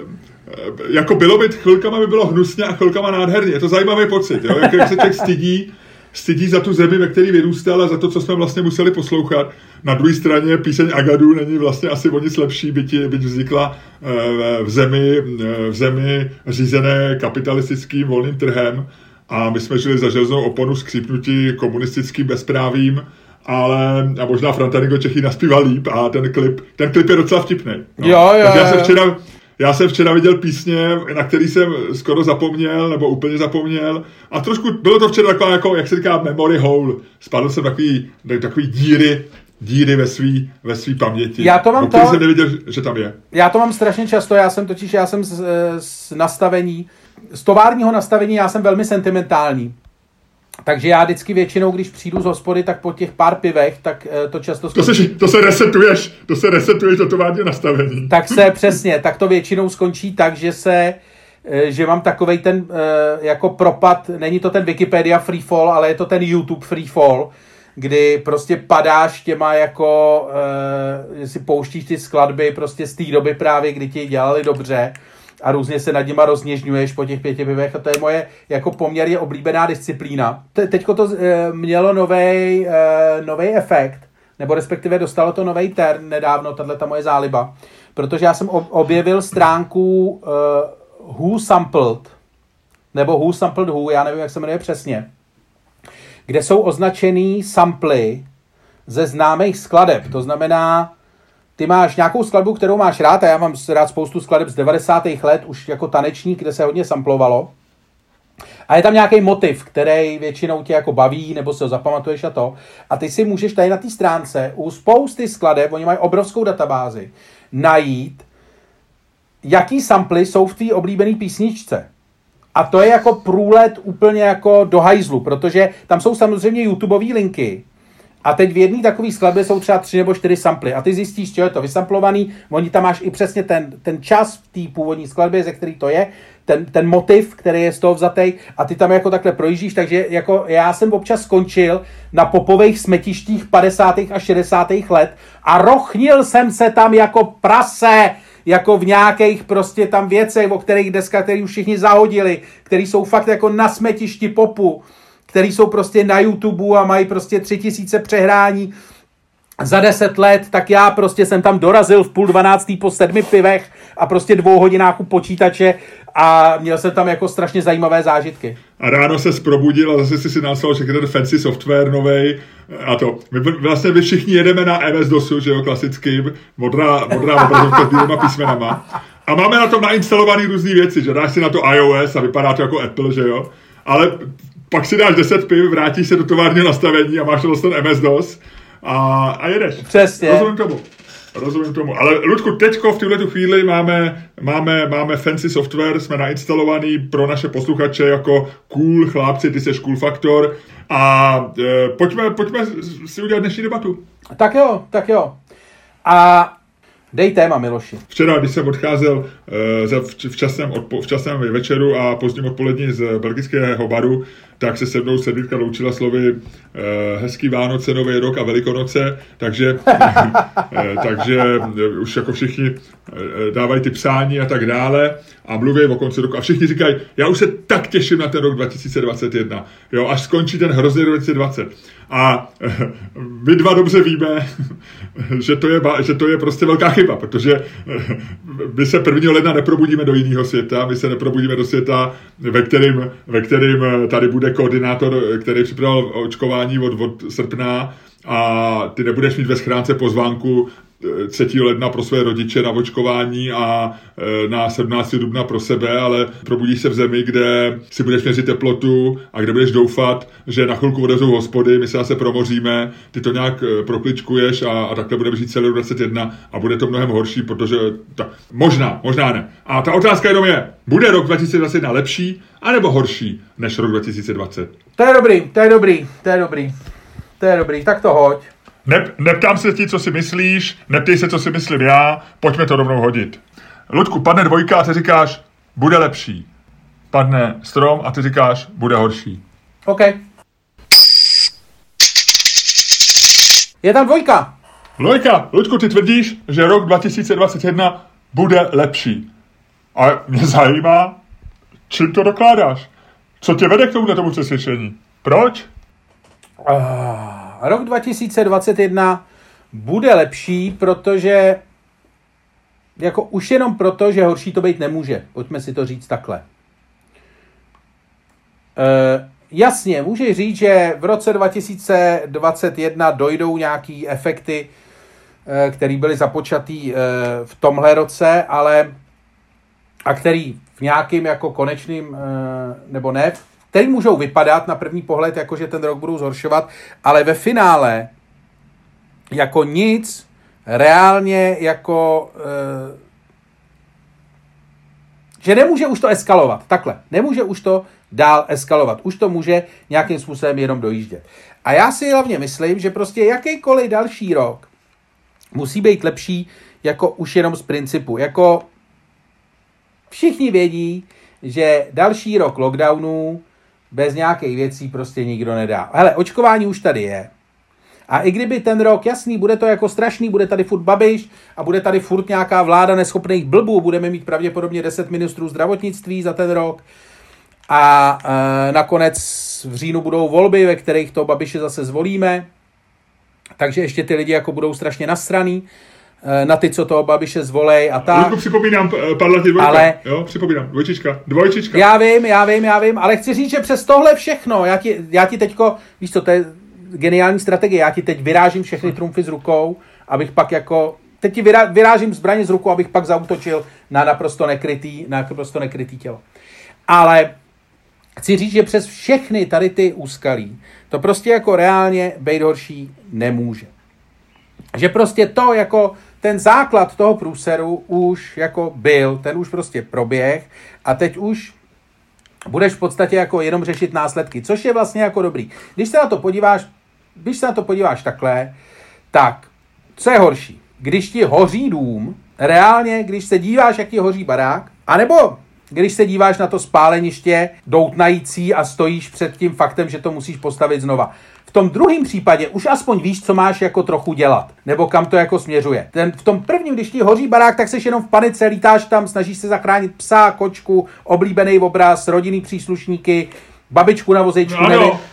Jako bylo by, chvilkama by bylo hnusně a chvilkama nádherně. Je to zajímavý pocit, jo? Jak, jak se člověk stydí, stydí za tu zemi, ve které vyrůstal a za to, co jsme vlastně museli poslouchat. Na druhé straně píseň Agadu není vlastně asi o nic lepší, byť, byť vznikla v zemi, v zemi řízené kapitalistickým volným trhem a my jsme žili za železnou oponu skřípnutí komunistickým bezprávím, ale a možná Frantalingo Čechy naspíval líp a ten klip, ten klip je docela vtipný. No. Jo, jo, tak já jsem včera Já jsem včera viděl písně, na který jsem skoro zapomněl, nebo úplně zapomněl. A trošku, bylo to včera taková, jako, jak se říká, memory hole. Spadl jsem takový, takový díry, díry ve svý, ve svý paměti. Já to mám to... jsem neviděl, že tam je. Já to mám strašně často, já jsem totiž, já jsem z, z nastavení, z továrního nastavení, já jsem velmi sentimentální. Takže já vždycky většinou, když přijdu z hospody, tak po těch pár pivech, tak to často... To se, to se resetuješ, to se resetuješ do továrního nastavení. Tak se, přesně, tak to většinou skončí tak, že se, že mám takovej ten jako propad, není to ten Wikipedia freefall, ale je to ten YouTube freefall, kdy prostě padáš těma jako, že si pouštíš ty skladby prostě z té doby právě, kdy ti dělali dobře, a různě se nad nima rozněžňuješ po těch pěti pivech a to je moje jako poměrně oblíbená disciplína. Te- teďko to e, mělo novej, e, novej efekt, nebo respektive dostalo to novej term nedávno, tato moje záliba, protože já jsem objevil stránku e, Who Sampled, nebo Who Sampled Who, já nevím, jak se jmenuje přesně, kde jsou označený samply ze známých skladeb, to znamená, ty máš nějakou skladbu, kterou máš rád, a já mám rád spoustu skladeb z devadesátých let, už jako tanečník, kde se hodně samplovalo. A je tam nějaký motiv, který většinou tě jako baví, nebo se ho zapamatuješ a to. A ty si můžeš tady na té stránce u spousty skladeb, oni mají obrovskou databázi, najít, jaký samply jsou v té oblíbené písničce. A to je jako průlet úplně jako do hajzlu, protože tam jsou samozřejmě YouTubeové linky. A teď v jedné takové skladbě jsou třeba tři nebo čtyři samply. A ty zjistíš, že je to vysamplovaný, oni tam máš i přesně ten, ten čas v té původní skladbě, ze který to je, ten, ten motiv, který je z toho vzatej, a ty tam jako takhle projíždíš, takže jako já jsem občas skončil na popových smetištích padesátých a šedesátých let a rochnil jsem se tam jako prase, jako v nějakých prostě tam věcech, o kterých dneska, který už všichni zahodili, který jsou fakt jako na smetišti popu, který jsou prostě na YouTube a mají prostě tři tisíce přehrání za deset let, tak já prostě jsem tam dorazil v půl dvanáctý po sedmi pivech a prostě dvou hodinách u počítače a měl jsem tam jako strašně zajímavé zážitky. A ráno se probudil a zase si si nástal všechny ten fancy software novej a to. My vlastně my všichni jedeme na M S DOSu, že jo, klasickým, modrá, modrá obrazovka s bílýma písmenama. A máme na tom nainstalovaný různý věci, že dáš si na to iOS a vypadá to jako Apple, že jo. Ale pak si dáš deset piv, vrátíš se do továrního nastavení a máš to ten M S DOS a, a jedeš. Přesně. Rozumím tomu. Rozumím tomu. Ale Ludku, teďko v tuhle tu máme, máme, máme fancy software, jsme nainstalovaný pro naše posluchače jako cool chlápci, ty seš cool faktor a e, pojďme, pojďme si udělat dnešní debatu. Tak jo, tak jo. A dej téma, Miloši. Včera, když jsem odcházel e, za včasném, odpo, včasném večeru a pozdním odpolední z belgického baru, tak se se mnou Sedlitka loučila slovy e, hezký Vánoce, Nový rok a Velikonoce, takže, e, takže e, už jako všichni e, dávají ty přání a tak dále a mluví o konci roku a všichni říkají, já už se tak těším na ten rok dva tisíce dvacet jedna, jo, až skončí ten hrozný rok dva tisíce dvacet. A e, my dva dobře víme, že to, je, že to je prostě velká chyba, protože e, my se prvního ledna neprobudíme do jiného světa, my se neprobudíme do světa, ve kterým, ve kterým tady bude koordinátor, který připravil očkování od, od srpna a ty nebudeš mít ve schránce pozvánku třetího ledna pro své rodiče na očkování a na sedmnáctého dubna pro sebe, ale probudíš se v zemi, kde si budeš měřit teplotu a kde budeš doufat, že na chvilku odevřou hospody, my se zase promoříme, ty to nějak prokličkuješ a, a takhle budeme žít celý rok dvacet jedna a bude to mnohem horší, protože ta, možná, možná ne. A ta otázka jenom je, bude rok dva tisíce dvacet jedna lepší anebo horší než rok dva tisíce dvacet? To je dobrý, to je dobrý, to je dobrý, to je dobrý, tak to hoď. Ne, neptám se ti, co si myslíš, neptej se, co si myslím já, pojďme to rovnou hodit. Ludku, padne dvojka a ty říkáš, bude lepší. Padne strom a ty říkáš, bude horší. OK. Je tam dvojka. Dvojka. Ludku, ty tvrdíš, že rok dva tisíce dvacet jedna bude lepší. A mě zajímá, čím to dokládáš? Co tě vede k tomu, tomu přesvědčení? Proč? Uh... Rok dva tisíce dvacet jedna bude lepší, protože jako už jenom proto, že horší to být nemůže. Pojďme si to říct takhle. E, jasně, můžeš říct, že v roce dva tisíce dvacet jedna dojdou nějaký efekty, e, které byly započatý e, v tomhle roce, ale a který v nějakým jako konečným, e, nebo ne, který můžou vypadat na první pohled, jako že ten rok budou zhoršovat, ale ve finále jako nic reálně jako e, že nemůže už to eskalovat. Takhle. Nemůže už to dál eskalovat. Už to může nějakým způsobem jenom dojíždět. A já si hlavně myslím, že prostě jakýkoliv další rok musí být lepší jako už jenom z principu. Jako všichni vědí, že další rok lockdownů bez nějakých věcí prostě nikdo nedá. Hele, očkování už tady je. A i kdyby ten rok, jasný, bude to jako strašný, bude tady furt Babiš a bude tady furt nějaká vláda neschopných blbů, budeme mít pravděpodobně deset ministrů zdravotnictví za ten rok a e, nakonec v říjnu budou volby, ve kterých to Babiše zase zvolíme, takže ještě ty lidi jako budou strašně nasraný e, na ty, co toho Babiše zvolej a tak. Ludku, připomínám, padla ti dvojka, ale, jo, připomínám, dvojčička, dvojčička. Já vím, já vím, já vím, ale chci říct, že přes tohle všechno, já ti, já ti teďko, víš co, to je geniální strategie, já ti teď vyrážím všechny trumfy z rukou, abych pak jako, teď ti vyrá, vyrážím zbraně z rukou, abych pak zaútočil na naprosto nekrytý, na naprosto nekrytý tělo. Ale chci říct, že přes všechny tady ty úskalí to prostě jako reálně být horší nemůže. Že prostě to jako ten základ toho průseru už jako byl, ten už prostě proběh a teď už budeš v podstatě jako jenom řešit následky, což je vlastně jako dobrý. Když se na to podíváš, když se na to podíváš takhle, tak co je horší? Když ti hoří dům, reálně, když se díváš, jak ti hoří barák, anebo když se díváš na to spáleniště doutnající a stojíš před tím faktem, že to musíš postavit znova. V tom druhém případě už aspoň víš, co máš jako trochu dělat, nebo kam to jako směřuje. Ten, v tom prvním, když ti hoří barák, tak seš jenom v panice, lítáš tam, snažíš se zachránit psa, kočku, oblíbený obraz, rodinný příslušníky, babičku na vozejčku, no, nevím.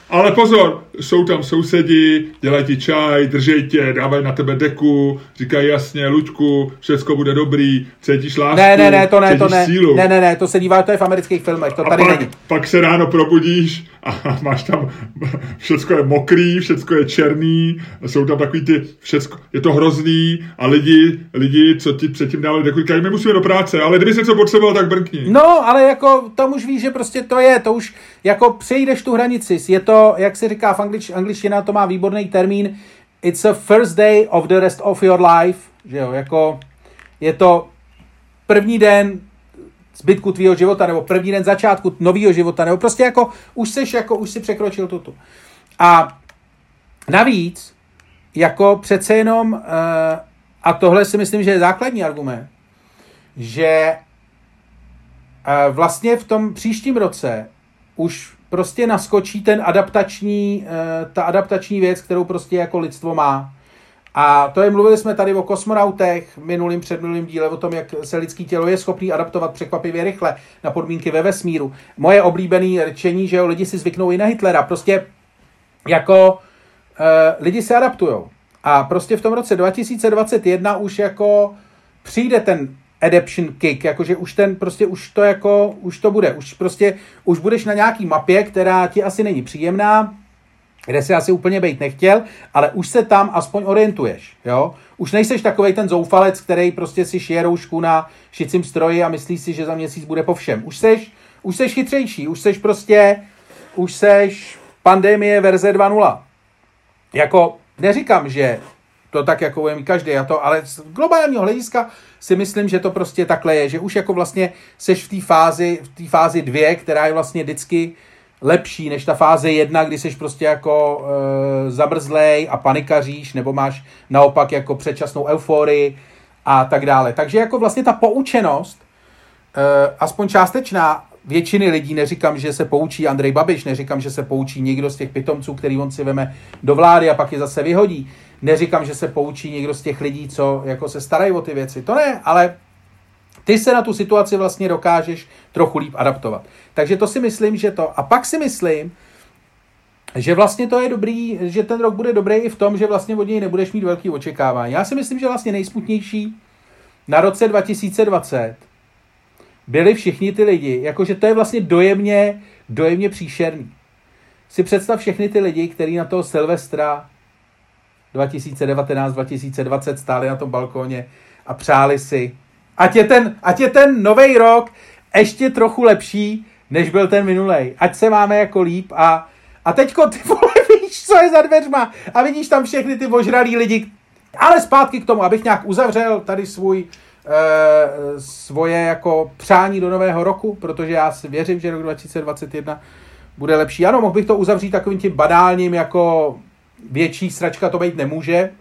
Ale pozor, jsou tam sousedi, dělají ti čaj, držej tě, dávají na tebe deku, říkají jasně, Luďku, všecko bude dobrý, cítíš lásku, ne, ne, ne, to ne, cítíš to ne, sílu. ne, ne, ne, to se dívá, to je v amerických filmech, to a tady pak, není. pak se ráno probudíš a máš tam, všecko je mokrý, všecko je černý, jsou tam takový ty, všecko, je to hrozný a lidi, lidi, co ti předtím dávali deku, říkají, my musíme do práce, ale kdyby se co potřeboval, tak brnkni. No, ale jako, tam už víš, že prostě to je, to už, jako přejdeš tu hranici, je to, jak se říká v anglič, angličtina, to má výborný termín, it's a first day of the rest of your life, že jo, jako, je to první den zbytku tvýho života, nebo první den začátku nového života, nebo prostě jako, už seš, jako, už si překročil tuto. A navíc, jako přece jenom, uh, a tohle si myslím, že je základní argument, že uh, vlastně v tom příštím roce už prostě naskočí ten adaptační, ta adaptační věc, kterou prostě jako lidstvo má. A to je, mluvili jsme tady o kosmonautech v minulým, předminulým díle, o tom, jak se lidský tělo je schopný adaptovat překvapivě rychle na podmínky ve vesmíru. Moje oblíbené řečení, že jo, lidi si zvyknou i na Hitlera. Prostě jako uh, lidi se adaptujou. A prostě v tom roce dva tisíce dvacet jedna už jako přijde ten adaption kick, jakože už ten prostě, už to jako, už to bude, už prostě, už budeš na nějaký mapě, která ti asi není příjemná, kde si asi úplně bejt nechtěl, ale už se tam aspoň orientuješ, jo. Už nejseš takovej ten zoufalec, který prostě si šije roušku na šicím stroji a myslí si, že za měsíc bude po všem. Už seš, už seš chytřejší, už seš prostě, už seš pandemie verze dva tečka nula. Jako, neříkám, že to tak jako bude mít každý, a to, ale z globálního hlediska si myslím, že to prostě takhle je, že už jako vlastně seš v té fázi, v té fázi dvě, která je vlastně vždycky lepší než ta fáze jedna, kdy seš prostě jako e, zamrzlej a panikaříš, nebo máš naopak jako předčasnou euforii a tak dále. Takže jako vlastně ta poučenost, e, aspoň částečná, většiny lidí, neříkám, že se poučí Andrej Babiš, neříkám, že se poučí někdo z těch pitomců, který on si veme do vlády a pak je zase vyhodí. Neříkám, že se poučí někdo z těch lidí, co jako se starají o ty věci. To ne, ale ty se na tu situaci vlastně dokážeš trochu líp adaptovat. Takže to si myslím, že to. A pak si myslím, že vlastně to je dobrý, že ten rok bude dobrý i v tom, že vlastně od něj nebudeš mít velký očekávání. Já si myslím, že vlastně nejsmutnější na roce dva tisíce dvacet byli všichni ty lidi, jakože to je vlastně dojemně, dojemně příšerný. Si představ všechny ty lidi, kteří na toho Silvestra dva tisíce devatenáct dva tisíce dvacet stáli na tom balkóně a přáli si, ať je ten, ať je ten novej rok ještě trochu lepší, než byl ten minulej. Ať se máme jako líp a, a teďko ty vole, víš, co je za dveřma a vidíš tam všechny ty ožralí lidi. Ale zpátky k tomu, abych nějak uzavřel tady svůj e, svoje jako přání do nového roku, protože já si věřím, že rok dva tisíce dvacet jedna bude lepší. Ano, mohl bych to uzavřít takovým tím banálním, jako větší sračka to být nemůže.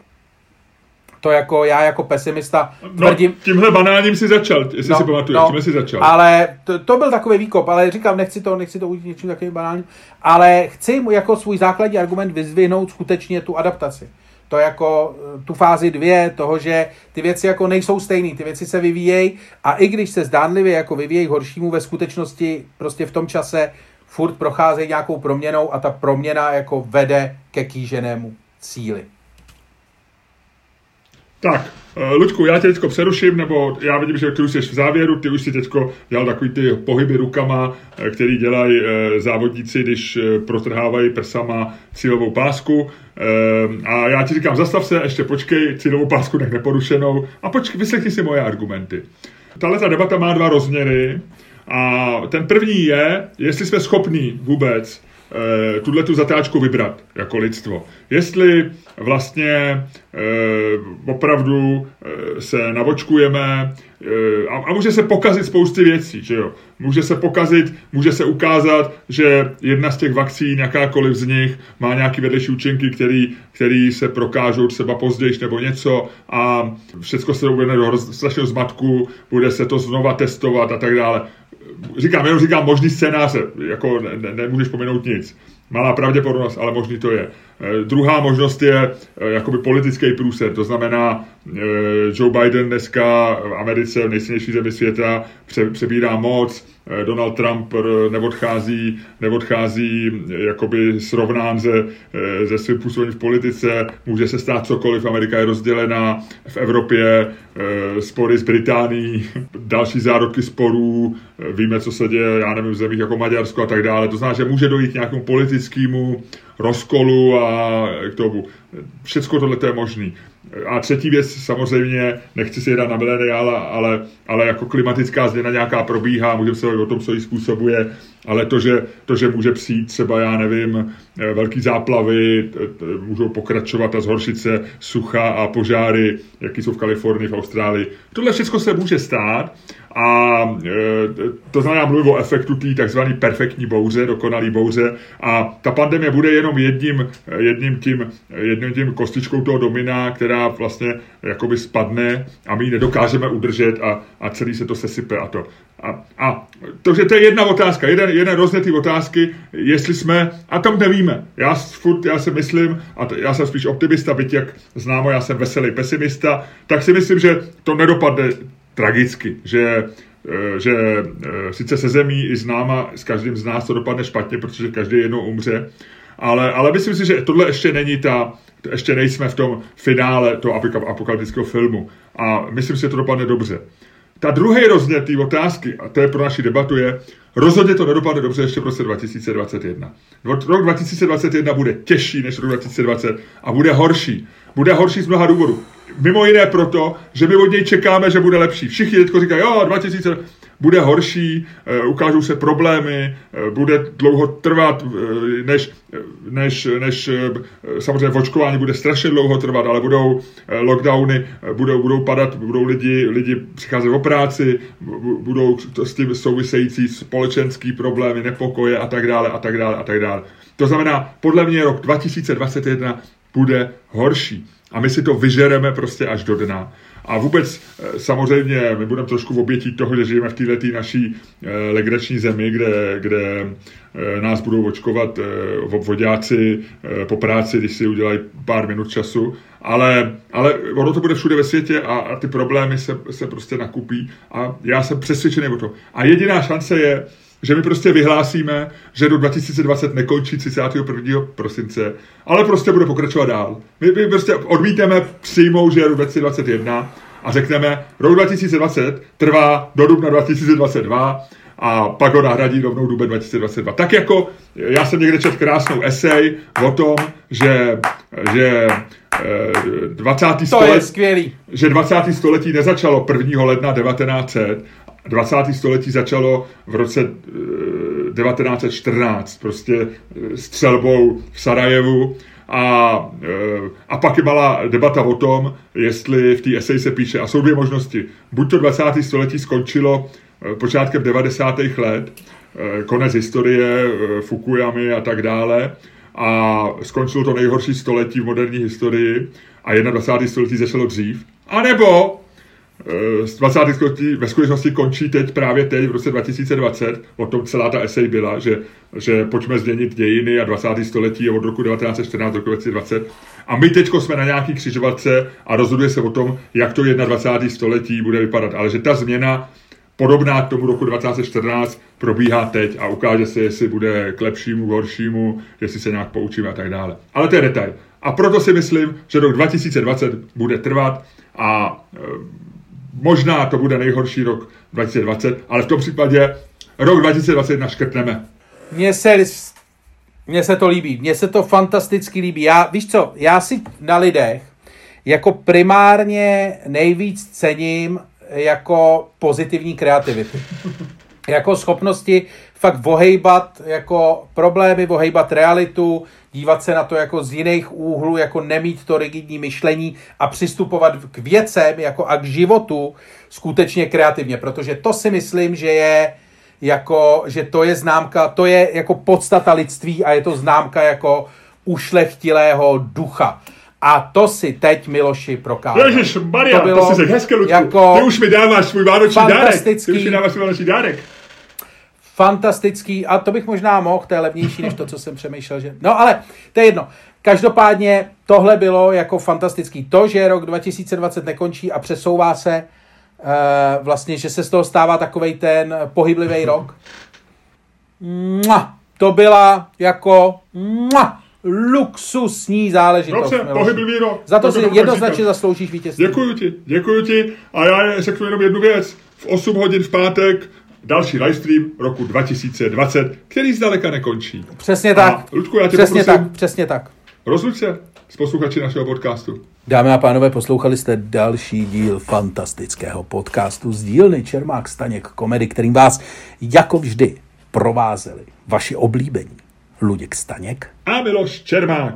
To jako já jako pesimista tvrdím. No, tímhle banálním si začal, jestli no, si pamatuješ, no, tímhle si začal. Ale to, to byl takový výkop, ale říkám, nechci to, nechci to udělat něčím takovým banálním, ale chci mu jako svůj základní argument vyzvihnout skutečně tu adaptaci. To jako tu fázi dvě, toho, že ty věci jako nejsou stejný, ty věci se vyvíjejí a i když se zdánlivě jako vyvíjejí horšímu, ve skutečnosti prostě v tom čase furt procházejí nějakou proměnou a ta proměna jako vede ke kýženému cíli. Tak, Luďku, já tě teďko přeruším, nebo já vidím, že ty už jsi v závěru, ty už si teďko dělal takový ty pohyby rukama, který dělají závodníci, když protrhávají prsama cílovou pásku. A já ti říkám, zastav se, ještě počkej, cílovou pásku nech neporušenou a počkej, vyslechni si moje argumenty. Tahle ta debata má dva rozměry a ten první je, jestli jsme schopní vůbec tuhle tu zatáčku vybrat jako lidstvo. Jestli vlastně e, opravdu e, se navočkujeme e, a, a může se pokazit spousty věcí, že jo. Může se pokazit, může se ukázat, že jedna z těch vakcín, jakákoliv z nich, má nějaký vedlejší účinky, který, který se prokážou třeba později nebo něco a všechno se uvede do strašného zmatku, bude se to znova testovat a tak dále. Říkám, jenom říkám možný scénáře, jako ne, ne, nemůžeš pominout nic. Malá pravděpodobnost, ale možný to je. E, druhá možnost je e, jakoby politický průser, to znamená Joe Biden dneska v Americe, v nejsilnější zemi světa, přebírá moc, Donald Trump neodchází, neodchází jakoby srovnán ze, ze svým působením v politice, může se stát cokoliv, Amerika je rozdělená, v Evropě spory s Británií, další zárodky sporů, víme, co se děje, já nevím, v zemích jako Maďarsko a tak dále, to znamená, že může dojít k nějakému politickému rozkolu a k tomu. Všecko tohle je možný. A třetí věc, samozřejmě, nechci si jedat na mileniála, ale, ale jako klimatická změna nějaká probíhá, můžeme se o tom, co ji způsobuje, ale to že, to, že může přijít třeba, já nevím, velký záplavy, můžou pokračovat a zhoršit se sucha a požáry, jaký jsou v Kalifornii, v Austrálii. Tohle všechno se může stát a to znamená, mluvím o efektu té takzvané perfektní bouře, dokonalý bouře a ta pandemie bude jenom jedním, jedním, tím, jedním tím kostičkou toho domina, která vlastně jakoby spadne a my ji nedokážeme udržet a, a celý se to sesype a to. A, a to, že to je jedna otázka, jeden, jeden rozměr té otázky, jestli jsme, a tam nevíme. Já furt, já si myslím, a t, já jsem spíš optimista, byť jak známo, já jsem veselý pesimista, tak si myslím, že to nedopadne tragicky, že, že sice se zemí i s náma, s každým z nás to dopadne špatně, protože každý jednou umře, ale, ale myslím si, že tohle ještě není ta, ještě nejsme v tom finále toho apokalyptického filmu a myslím si, že to dopadne dobře. Ta druhý rozměr té otázky, a to je pro naši debatu, je, rozhodně to nedopadne dobře ještě v roce dva tisíce dvacet jedna. Rok dva tisíce dvacet jedna bude těžší než rok dva tisíce dvacet a bude horší. Bude horší z mnoha důvodů. Mimo jiné proto, že my od něj čekáme, že bude lepší. Všichni teďko říkají, jo, dva tisíce bude horší, ukážou se problémy, bude dlouho trvat, než, než, než samozřejmě očkování bude strašně dlouho trvat, ale budou lockdowny, budou, budou padat, budou lidi, lidi přicházet o práci, budou s tím související společenský problémy, nepokoje a tak dále a tak dále a tak dále. To znamená, podle mě rok dva tisíce dvacet jedna bude horší. A my si to vyžereme prostě až do dna. A vůbec samozřejmě my budeme trošku v obětí toho, že žijeme v této naší eh, legrační zemi, kde, kde eh, nás budou očkovat eh, obvoďáci eh, po práci, když si udělají pár minut času. Ale, ale ono to bude všude ve světě a, a ty problémy se, se prostě nakupí. A já jsem přesvědčený o tom. A jediná šance je, že my prostě vyhlásíme, že do dva tisíce dvacet nekončí třicátého prvního prosince, ale prostě bude pokračovat dál. My, my prostě odmítneme přijmout, že je rok dva tisíce dvacet jedna a řekneme, rok dva tisíce dvacet trvá do dubna dva tisíce dvacet dva a pak ho nahradí rovnou duben dva tisíce dvacet dva. Tak jako já jsem někde četl krásnou esej o tom, že, že dvacátého století, že dvacátého století nezačalo prvního ledna devatenáct set, dvacátého století začalo v roce devatenáct set čtrnáct, prostě střelbou v Sarajevu a, a pak je malá debata o tom, jestli v té eseji se píše, a jsou dvě možnosti. Buď to dvacátého století skončilo počátkem devadesátých let, konec historie, Fukuyamy a tak dále, a skončilo to nejhorší století v moderní historii a dvacátého prvního století začalo dřív, anebo z dvacátého století ve skutečnosti končí teď, právě teď, v roce dva tisíce dvacet, o tom celá ta esej byla, že, že pojďme změnit dějiny a dvacátého století je od roku devatenáct set čtrnáct do roku dva tisíce dvacet. A my teďko jsme na nějaký křižovatce a rozhoduje se o tom, jak to dvacátého prvního století bude vypadat. Ale že ta změna, podobná k tomu roku devatenáct set čtrnáct, probíhá teď a ukáže se, jestli bude k lepšímu, k horšímu, jestli se nějak poučíme a tak dále. Ale to je detail. A proto si myslím, že rok dva tisíce dvacet bude trvat a e, možná to bude nejhorší rok dva tisíce dvacet, ale v tom případě rok dva tisíce dvacet jedna škrtneme. Mně se, mně se to líbí, mně se to fantasticky líbí. Já, víš co, já si na lidech jako primárně nejvíc cením jako pozitivní kreativitu. Jako schopnosti fakt ohejbat jako problémy, ohejbat realitu, dívat se na to jako z jiných úhlů, jako nemít to rigidní myšlení a přistupovat k věcem jako a k životu skutečně kreativně, protože to si myslím, že je jako, že to je známka, to je jako podstata lidství a je to známka jako ušlechtilého ducha. A to si teď, Miloši, prokázal. Ježišmarja, to, to si řekl hezké, Ludku. Jako ty už mi dáváš svůj vánoční dárek. Ty už mi dáváš svůj vánoční dárek. Fantastický, a to bych možná mohl, to je levnější než to, co jsem přemýšlel, že... No ale, to je jedno. Každopádně tohle bylo jako fantastický. To, že rok dva tisíce dvacet nekončí a přesouvá se uh, vlastně, že se z toho stává takovej ten pohyblivý rok. Mua, to byla jako mua, luxusní záležitost. Dobře, pohyblivý rok. Za to, to si jednoznačně zasloužíš vítězství. Děkuju ti, děkuju ti a já řeknu jenom jednu věc. V osm hodin v pátek další livestream roku dva tisíce dvacet, který zdaleka nekončí. Přesně tak. A, Ludku, já tě přesně poprosím, tak, přesně tak. Rozluč se s posluchači našeho podcastu. Dámy a pánové, poslouchali jste další díl fantastického podcastu z dílny Čermák Staněk Komedy, kterým vás jako vždy provázeli vaši oblíbení Luděk Staněk a Miloš Čermák.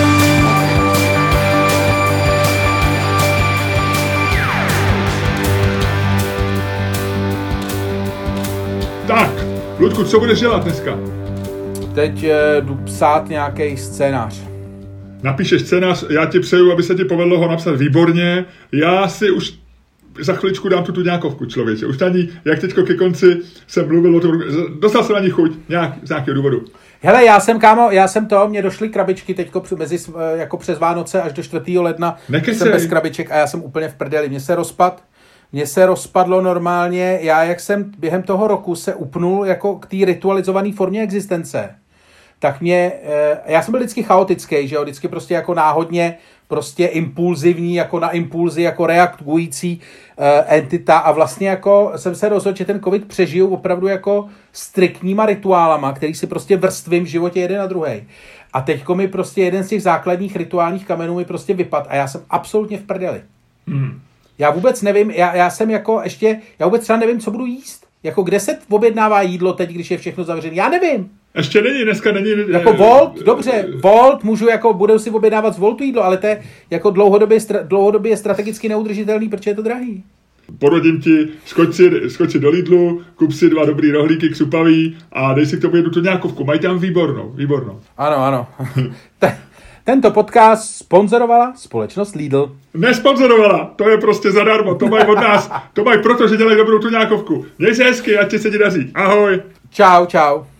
Tak, Ludku, co budeš dělat dneska? Teď eh, jdu psát nějaký scénář. Napíšeš scénář, já ti přeju, aby se ti povedlo ho napsat výborně. Já si už za chviličku dám tu tuňákovku, člověče. Už ani, jak teďko ke konci jsem mluvil o tom, dostal jsem na ní chuť, nějak, z nějakého důvodu. Hele, já jsem, kámo, já jsem to, mě došly krabičky teďko mezi, jako přes Vánoce až do čtvrtého ledna. Nekecej. Jsem bez krabiček a já jsem úplně v prdeli. Mně se rozpad, mně se rozpadlo normálně, já jak jsem během toho roku se upnul jako k té ritualizované formě existence, tak mě, já jsem byl vždycky chaotický, že jo, vždycky prostě jako náhodně, prostě impulzivní, jako na impulzy, jako reagující uh, entita a vlastně jako jsem se rozhodl, že ten covid přežiju opravdu jako striktníma rituálama, který si prostě vrstvím v životě jeden na druhej. A teďko mi prostě jeden z těch základních rituálních kamenů mi prostě vypad a já jsem absolutně v prdeli. Hmm. Já vůbec nevím, já, já jsem jako ještě, já vůbec třeba nevím, co budu jíst. Jako kde se objednává jídlo teď, když je všechno zavřené? Já nevím. Ještě není, dneska není... Jako Volt, dobře, Volt, můžu jako, budou si objednávat z Voltu jídlo, ale to je jako dlouhodobě, dlouhodobě strategicky neudržitelný, protože je to drahý. Porodím ti, skoč si, skoč si do Lidlu, kup si dva dobrý rohlíky křupavý a dej si k tomu jednu tuňákovku. Mají tam výbornou, výbornou. Ano, ano. Tento podcast sponzorovala společnost Lidl. Nesponzorovala, to je prostě zadarmo, to mají od nás, to mají proto, že dělají dobrou tuňákovku. Měj se hezky, ať ti se ti daří. Ahoj. Čau, čau.